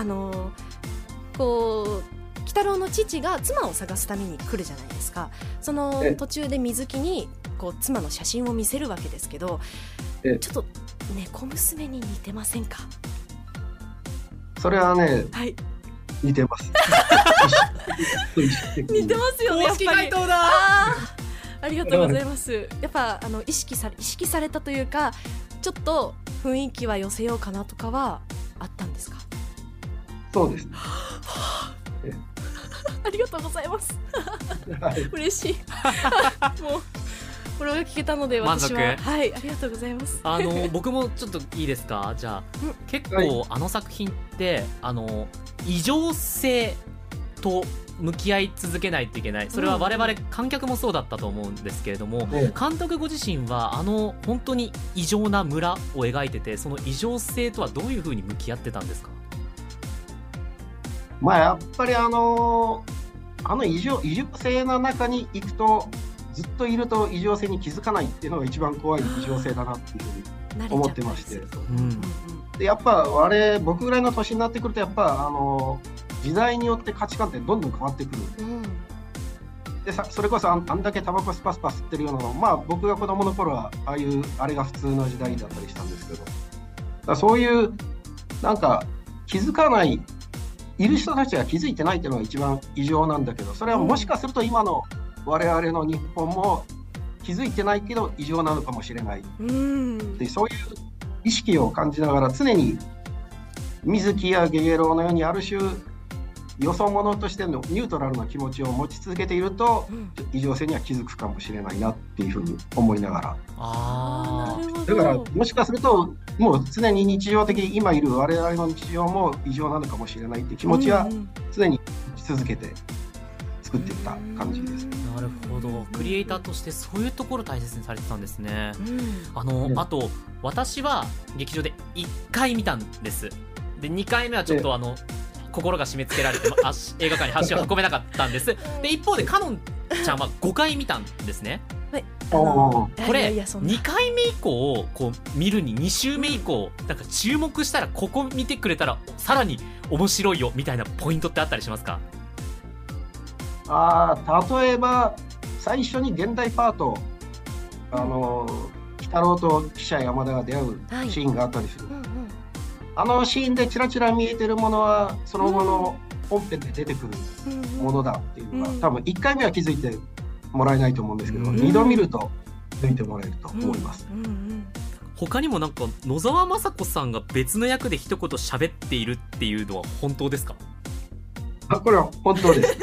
鬼太郎の父が妻を探すために来るじゃないですか。その途中で水木に妻の写真を見せるわけですけど、ちょっと猫娘に似てませんか？
それはね、似てます。
似てますよね、やっぱり。公式回答だ。ありがとうございます。やっぱ意識されたというか、ちょっと雰囲気は寄せようかなとかはあったんですか？
そうですね。
ありがとうございます。嬉しい。もうこれが聞けたので私はありがとうございます。
僕もちょっといいですか？じゃあ、結構作品って異常性と向き合い続けないといけない。それは我々観客もそうだったと思うんですけれども、監督ご自身は本当に異常な村を描いてて、その異常性とはどういうふうに向き合ってたんですか？
やっぱり異常性の中に行くと、ずっといると異常性に気づかないっていうのが一番怖い異常性だなっていうふうに思ってまして、でやっぱ僕ぐらいの年になってくると、やっぱ時代によって価値観ってどんどん変わってくる、でそれこそあんだけタバコスパスパ吸ってるようなの、僕が子供の頃はあれが普通の時代だったりしたんですけど、だそういうなんか気づかない、いる人たちが気づいてないっていうのが一番異常なんだけど、それはもしかすると今の我々の日本も気づいてないけど異常なのかもしれない、でそういう意識を感じながら常に水木やゲゲロウのようにある種よそ者としてのニュートラルな気持ちを持ち続けていると、異常性には気づくかもしれないなっていうふうに思いながら、だからもしかするともう常に日常的に今いる我々の日常も異常なのかもしれないっていう気持ちは常に持ち続けて作っていった感じです。
なるほど、クリエイターとしてそういうところ大切にされてたんですね。あと私は劇場で1回見たんです。で2回目はちょっと心が締め付けられて映画館に足を運べなかったんです。で一方でかのんちゃんは5回見たんですね。これ2回目以降こう見るに2週目以降なんか注目したらここ見てくれたらさらに面白いよみたいなポイントってあったりしますか？
例えば最初に現代パート、鬼太郎と記者山田が出会うシーンがあったりする、あのシーンでちらちら見えてるものはその後の本編で出てくるものだっていうのは、多分1回目は気づいてもらえないと思うんですけど、2度見ると気づいてもらえると思います。
他にもなんか野沢雅子さんが別の役で一言喋っているっていうのは本当ですか？
これは本当です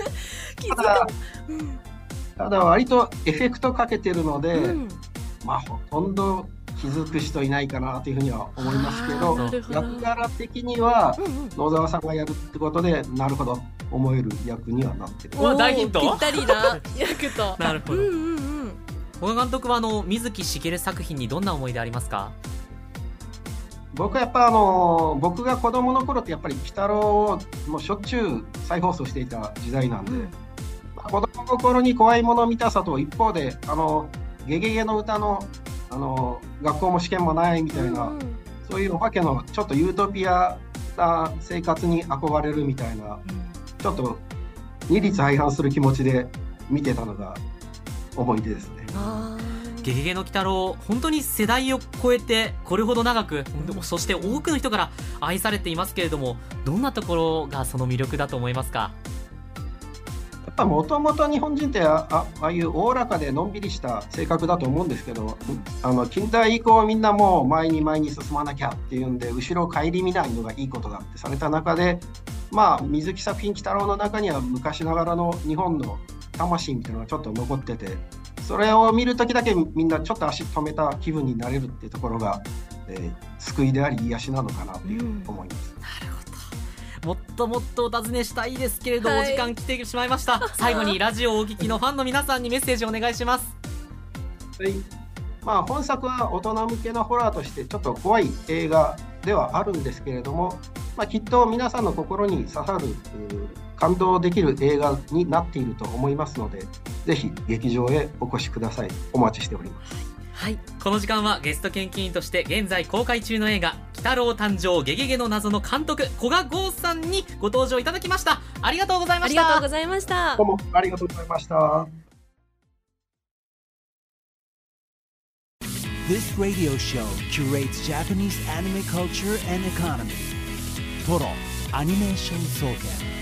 ただ割とエフェクトかけてるので、ほとんど気づく人いないかなというふうには思いますけど、役柄的には野沢さんがやるってことでなるほど思える役にはなってる。
大ヒント。
ぴったりな役と
なるほど。小賀監督は水木しげる作品にどんな思い出ありますか？
僕はやっぱ僕が子供の頃ってやっぱり鬼太郎をもうしょっちゅう再放送していた時代なんで、子供の頃に怖いもの見たさと一方でゲゲゲの歌の学校も試験もないみたいな、そういうお化けのちょっとユートピアな生活に憧れるみたいな、ちょっと二律背反する気持ちで見てたのが思い出ですね。
ゲゲゲの鬼太郎本当に世代を超えてこれほど長く、そして多くの人から愛されていますけれども、どんなところがその魅力だと思いますか？
やっぱもともと日本人ってああいうおおらかでのんびりした性格だと思うんですけど、近代以降みんなもう前に進まなきゃっていうんで後ろを顧みないのがいいことだってされた中で、水木作品鬼太郎の中には昔ながらの日本の魂みたいなのがちょっと残ってて、それを見るときだけみんなちょっと足止めた気分になれるっていうところが、救いであり癒しなのかなという思います。
なるほど。もっともっとお尋ねしたいですけれど、お時間来てしまいました。最後にラジオをお聞きのファンの皆さんにメッセージをお願いします。
はい、本作は大人向けのホラーとしてちょっと怖い映画ではあるんですけれども、きっと皆さんの心に刺さる感動できる映画になっていると思いますので、ぜひ劇場へお越しください。お待ちしております。
はい、この時間はゲスト研究員として現在公開中の映画鬼太郎誕生ゲゲゲの謎の監督古賀剛さんにご登場いただきました。ありがとうございました。
ありがとうございました。
どうもありがとうございました。
This radio show curates Japanese anime culture and economy. Toro Animation Soken。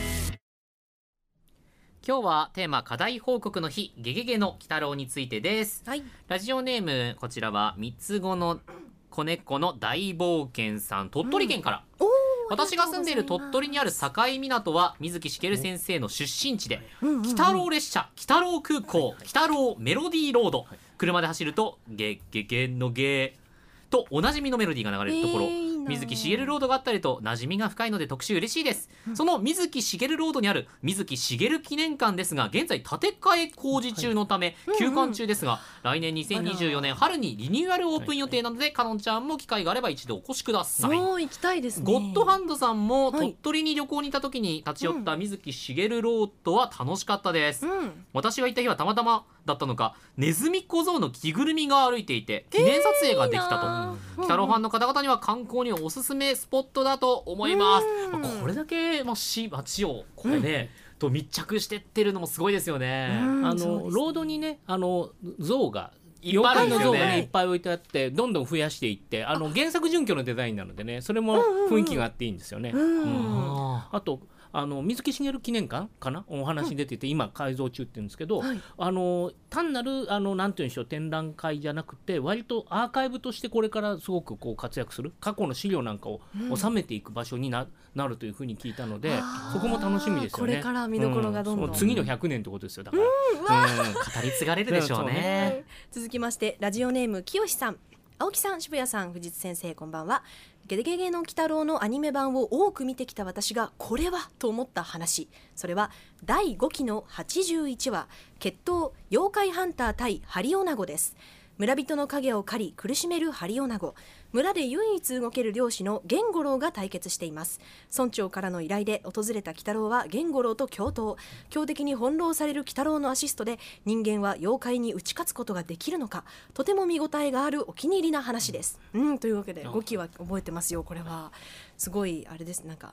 今日はテーマ課題報告の日ゲゲゲの鬼太郎についてです。ラジオネームこちらは三つ子の子猫の大冒険さん、鳥取県から。私が住んでいる鳥取にある境港は水木しげる先生の出身地で、鬼太郎列車、鬼太郎空港、鬼太郎メロディーロード、車で走るとゲゲゲのゲーとおなじみのメロディーが流れるところ、水木しげるロードがあったりと馴染みが深いので特集嬉しいです。その水木しげるロードにある水木しげる記念館ですが、現在建て替え工事中のため休館中ですが、来年2024年春にリニューアルオープン予定なので、かのんちゃんも機会があれば一度お越しください。
もう行きたいですね。
ゴッドハンドさんも鳥取に旅行に行った時に立ち寄った水木しげるロードは楽しかったです。私が行った日はたまたまだったのか、ネズミ小僧の着ぐるみが歩いていて記念撮影ができたと。鬼太郎ファンの方々には観光におすすめスポットだと思います。これだけ街をこれね、と密着してってるのもすごいですよね。
ロードにね像が妖怪の像がねいっぱい置いてあって、どんどん増やしていって、原作準拠のデザインなのでね、それも雰囲気があっていいんですよね。あと水木しげる記念館かなお話に出てて、今改造中って言うんですけど、単なるなんていうんでしょう展覧会じゃなくて割とアーカイブとしてこれからすごくこう活躍する過去の資料なんかを収めていく場所になるというふうに聞いたので、そこも楽しみですよね。
これから見どころがどんどん、
次の100年ってことですよ。だから、
語り継がれるでしょうね。
続きましてラジオネームきよしさん、青木さん、渋谷さん、藤津先生、こんばんは。ゲゲゲゲの鬼太郎のアニメ版を多く見てきた私がこれはと思った話、それは第5期の81話決闘妖怪ハンター対ハリオナゴです。村人の影を狩り苦しめるハリオナゴ、村で唯一動ける漁師の源五郎が対決しています。村長からの依頼で訪れた鬼太郎は源五郎と共闘、強敵に翻弄される鬼太郎のアシストで人間は妖怪に打ち勝つことができるのか、とても見応えがあるお気に入りな話です。というわけで5期は覚えてますよ。これはすごいあれです。なんか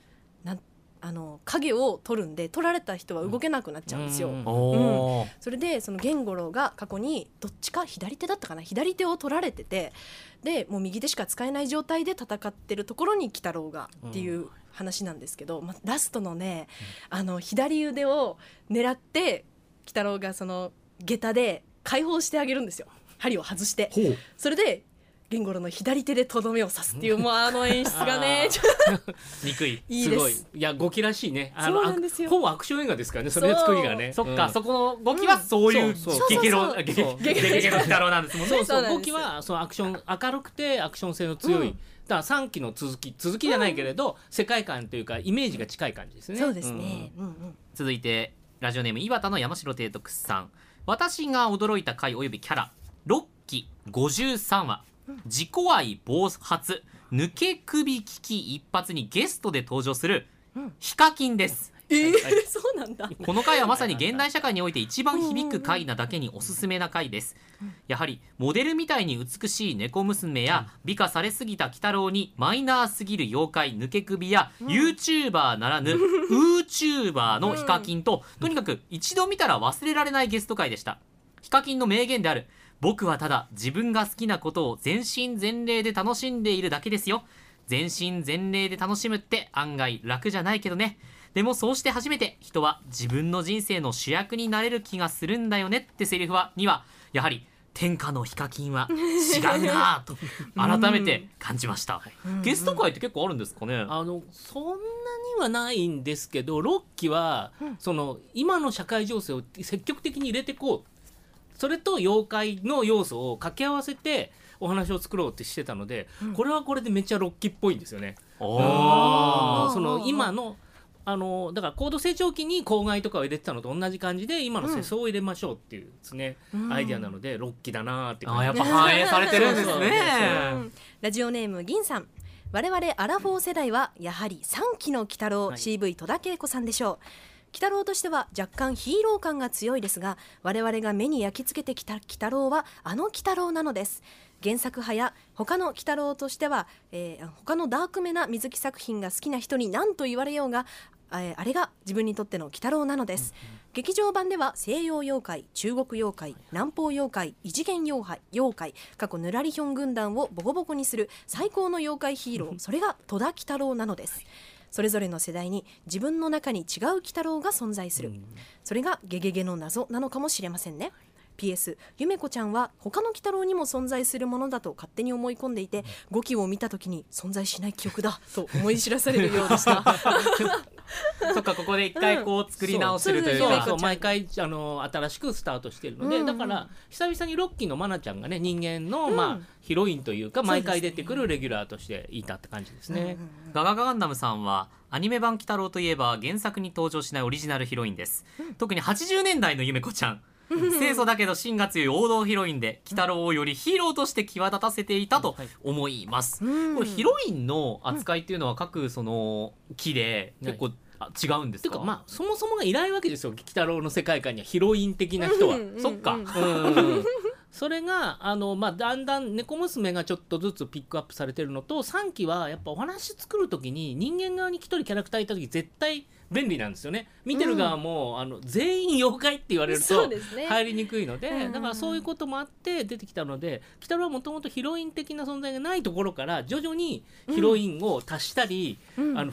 影を取るんで取られた人は動けなくなっちゃうんですよ。それでその源五郎が過去にどっちか左手だったかな、左手を取られてて、でもう右手しか使えない状態で戦ってるところに鬼太郎がっていう話なんですけど、ラストのね左腕を狙って鬼太郎がその下駄で解放してあげるんですよ。針を外して、それで源五郎の左手でとどめを刺すっていう、もう演出がね
憎い、
いいです。
すごい、いや5期らしいね。
そうなんですよ。
ほぼアクション映画ですからね、それで作りがね。
そっか、そこの5期はそういうゲゲの鬼太郎なんですもんね。
そう5期はそのアクション明るくてアクション性の強い、だから3期の続きじゃないけれど、世界観というかイメージが近い感じですね。
そうですね。
続いてラジオネーム岩田の山城提督さん、私が驚いた回およびキャラ6期53話、自己愛暴発抜け首危機一発にゲストで登場するヒカキンです。
そうなんだ。
この回はまさに現代社会において一番響く回なだけにおすすめな回です。やはりモデルみたいに美しい猫娘や美化されすぎた鬼太郎にマイナーすぎる妖怪抜け首や YouTuber ならぬウーチューバーのヒカキンと、とにかく一度見たら忘れられないゲスト回でした。ヒカキンの名言である僕はただ自分が好きなことを全身全霊で楽しんでいるだけですよ。全身全霊で楽しむって案外楽じゃないけどね。でもそうして初めて人は自分の人生の主役になれる気がするんだよねってセリフにはやはり天下のヒカキンは違うなと改めて感じました。ゲスト会って結構あるんですかね。
そんなにはないんですけど、6期はその今の社会情勢を積極的に入れてこう、それと妖怪の要素を掛け合わせてお話を作ろうってしてたので、これはこれでめっちゃ6期っぽいんですよね。その今のだから高度成長期に公害とかを入れてたのと同じ感じで今の世相を入れましょうっていうですね、アイデアなので6期だなって感じ。
やっぱ反映されてるんですね。
ラジオネーム銀さん、我々アラフォー世代はやはり3期の鬼太郎、CV 戸田恵子さんでしょう。鬼太郎としては若干ヒーロー感が強いですが、我々が目に焼き付けてきた鬼太郎は鬼太郎なのです。原作派や他の鬼太郎としては、他のダークめな水木作品が好きな人に何と言われようが、あれが自分にとっての鬼太郎なのです。劇場版では西洋妖怪、中国妖怪、南方妖怪、異次元妖怪、過去ヌラリヒョン軍団をボコボコにする最高の妖怪ヒーロー、それが戸田鬼太郎なのです。それぞれの世代に自分の中に違う鬼太郎が存在する、それがゲゲゲの謎なのかもしれませんね。PS ゆめこちゃんは他の鬼太郎にも存在するものだと勝手に思い込んでいて、5期を見た時に存在しない記憶だと思い知らされるようでした
そっか、ここで一回こう作り直せるというか、
そう毎回新しくスタートしているので、だから久々に6期のマナちゃんがね、人間の、ヒロインというか毎回出てくるレギュラーとしていたって感じですね。
ガガガガンダムさんはアニメ版鬼太郎といえば原作に登場しないオリジナルヒロインです。特に80年代のゆめこちゃん、清楚だけど芯が強い王道ヒロインで鬼太郎をよりヒーローとして際立たせていたと思います。これヒロインの扱いっていうのは各その期で結構違うんですか。
そもそもがいないわけですよ、鬼太郎の世界観にはヒロイン的な人は。
そっか、
それがだんだん猫娘がちょっとずつピックアップされてるのと、3期はやっぱお話作る時に人間側に1人キャラクターいた時絶対便利なんですよね。見てる側も、全員妖怪って言われると入りにくいので、だからそういうこともあって出てきたので、鬼太郎はもともとヒロイン的な存在がないところから徐々にヒロインを足したり、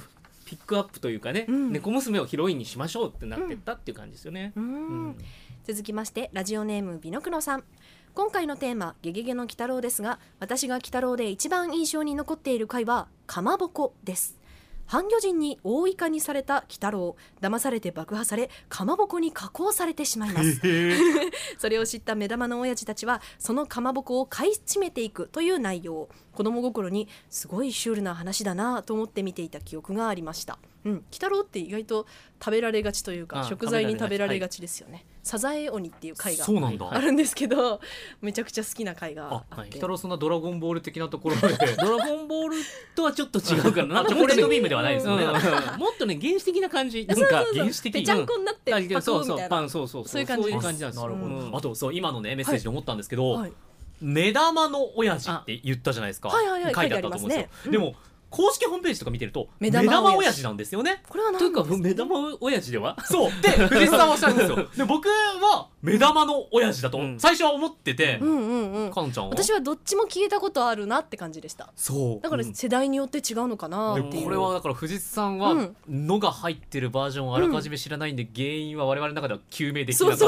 ピックアップというかね、猫娘をヒロインにしましょうってなってったっていう感じですよね。
続きましてラジオネームビノクロさん。今回のテーマゲゲゲの鬼太郎ですが、私が鬼太郎で一番印象に残っている回はかまぼこです。半魚人に大イカにされた鬼太郎、騙されて爆破されかまぼこに加工されてしまいますそれを知った目玉の親父たちはそのかまぼこを買い占めていくという内容。子供心にすごいシュールな話だなと思って見ていた記憶がありました。鬼太郎って意外と食べられがちというか食材に食べられがちですよね。サザエ鬼っていう回があるんですけど、めちゃくちゃ好きな回があって。
鬼太郎そんなドラゴンボール的なところで
ドラゴンボールとはちょっと違うからな
チョコレートビームではないですよね。
もっとね原始的な感じ。
なんか原始的ぺちゃんこになってパクみたいな、そういう感じです。
なるほど。あとそう今のねメッセージで思ったんですけど、目玉の親父って言ったじゃないですか。書いてあったと思うんですよ。でも公式ホームページとか見てると目玉親父なんですよね。
これは何
というか目玉親父では
そうで藤井さんはおっしゃるんですよ。で僕は目玉の親父だと最初は思ってて、かのちゃんは
私はどっちも聞いたことあるなって感じでした。
そう
だから世代によって違うのかなっていう。
これはだから藤井さんはのが入ってるバージョンをあらかじめ知らないんで、原因は我々の中では究明できなかった。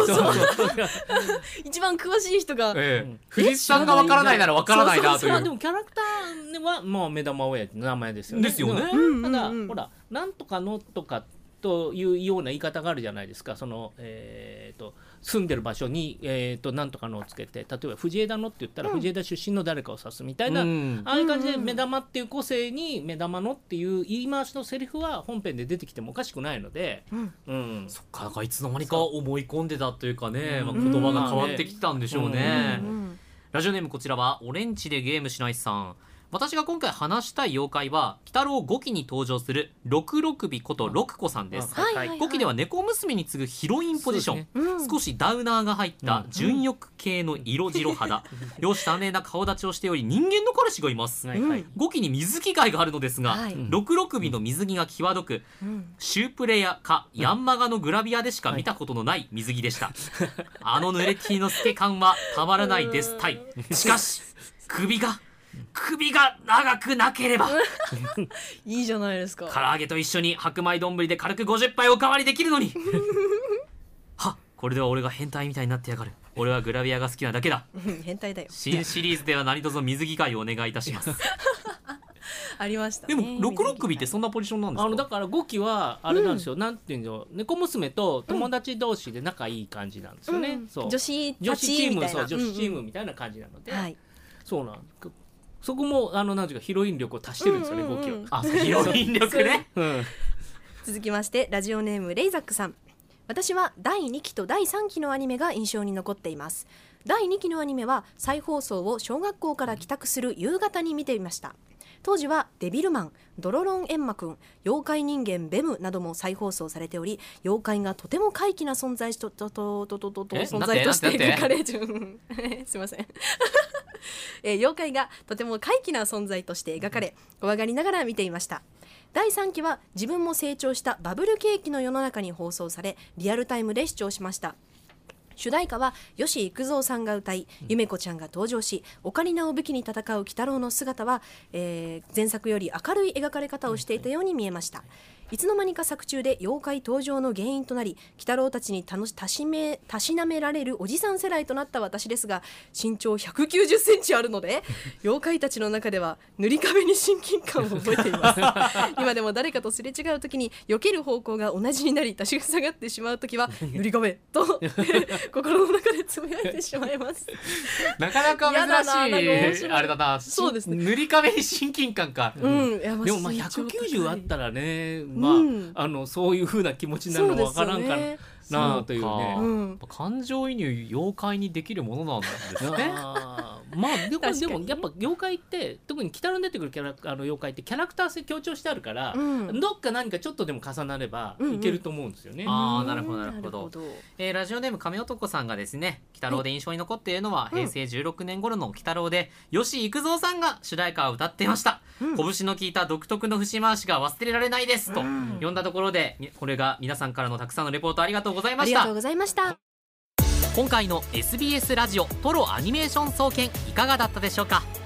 一番詳しい人が
藤井さんがわからないならわからないなという。
でもキャラクターはもう目玉親父の名前ですよね。
ですよね。
ただほらなんとかのとかというような言い方があるじゃないですか。その住んでる場所になんとかのをつけて、例えば藤枝のって言ったら藤枝出身の誰かを指すみたいな、ああいう感じで目玉っていう個性に目玉のっていう言い回しのセリフは本編で出てきてもおかしくないので、
そっか、なんかいつの間にか思い込んでたというかね、言葉が変わってきてたんでしょうね。ラジオネームこちらはオレンジでゲームしないさん。私が今回話したい妖怪は鬼太郎5期に登場する六六尾こと六子さんです。5期では猫娘に次ぐヒロインポジション、少しダウナーが入った純欲系の色白肌、容姿端麗な顔立ちをしており人間の彼氏がいます。5期に水着界があるのですが、六六尾の水着が際どく、シュープレやかヤンマガのグラビアでしか見たことのない水着でした。あの濡れティの透け感はたまらないですたい。しかし首が長くなければ
いいじゃないですか。
唐揚げと一緒に白米丼で軽く50杯おかわりできるのには、これでは俺が変態みたいになってやがる。俺はグラビアが好きなだけだ。
変態だよ。
新シリーズでは何卒水着会をお願いいたします
ありましたね。
でも六六尾ってそんなポジションなんですか？
だから5期はあれなんですよ、なんていうの、猫娘と友達同士で仲いい感じなんですよね。そう
女子チ
ーム、そう女子チームみたいな感じなので、そうなんそこもなんていうかヒロイン力を足してるんですよね、5期は。
ヒロイン力ね。
続きましてラジオネームレイザックさん。私は第2期と第3期のアニメが印象に残っています。第2期のアニメは再放送を小学校から帰宅する夕方に見ていました。当時はデビルマン、ドロロンエンマくん、妖怪人間ベムなども再放送されており、妖怪がとても怪奇な存在として描かれすいません妖怪がとても怪奇な存在として描かれ、怖がりながら見ていました。第3期は自分も成長したバブル景気の世の中に放送され、リアルタイムで視聴しました。主題歌は吉幾三さんが歌い、ゆめこちゃんが登場し、オカリナを武器に戦う鬼太郎の姿は、前作より明るい描かれ方をしていたように見えました。いつの間にか作中で妖怪登場の原因となり、鬼太郎たちにたしなめられるおじさん世代となった私ですが、身長190センチあるので妖怪たちの中では塗り壁に親近感を覚えています今でも誰かとすれ違う時に避ける方向が同じになり立ちふさがってしまう時は塗り壁と心の中でつぶやいてしまいます
なかなか珍しいあれだな。
そうですね、
塗り壁に親近感か。
でもまあ190あったらね、そういう風な気持ちになるのもわからんからなというね。
感情移入妖怪にできるものなんですね。
まあでもやっぱ妖怪って特に鬼太郎に出てくる妖怪ってキャラクター性強調してあるから、どっか何かちょっとでも重なればいけると思うんですよね。
なるほどなるほど。ラジオネーム亀男さんがですね、鬼太郎で印象に残っているのは、平成16年頃の鬼太郎で吉幾三さんが主題歌を歌っていました。拳の効いた独特の節回しが忘れられないですと読んだところで、これが皆さんからのたくさんのレポートありがとうございました。
ありがとうございました。
今回の SBS ラジオトロアニメーション総研いかがだったでしょうか。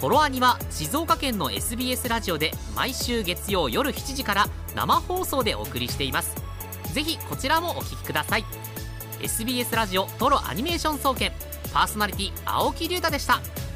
トロアニは静岡県の SBS ラジオで毎週月曜夜7時から生放送でお送りしています。ぜひこちらもお聞きください。 SBS ラジオトロアニメーション総研、パーソナリティ青木龍太でした。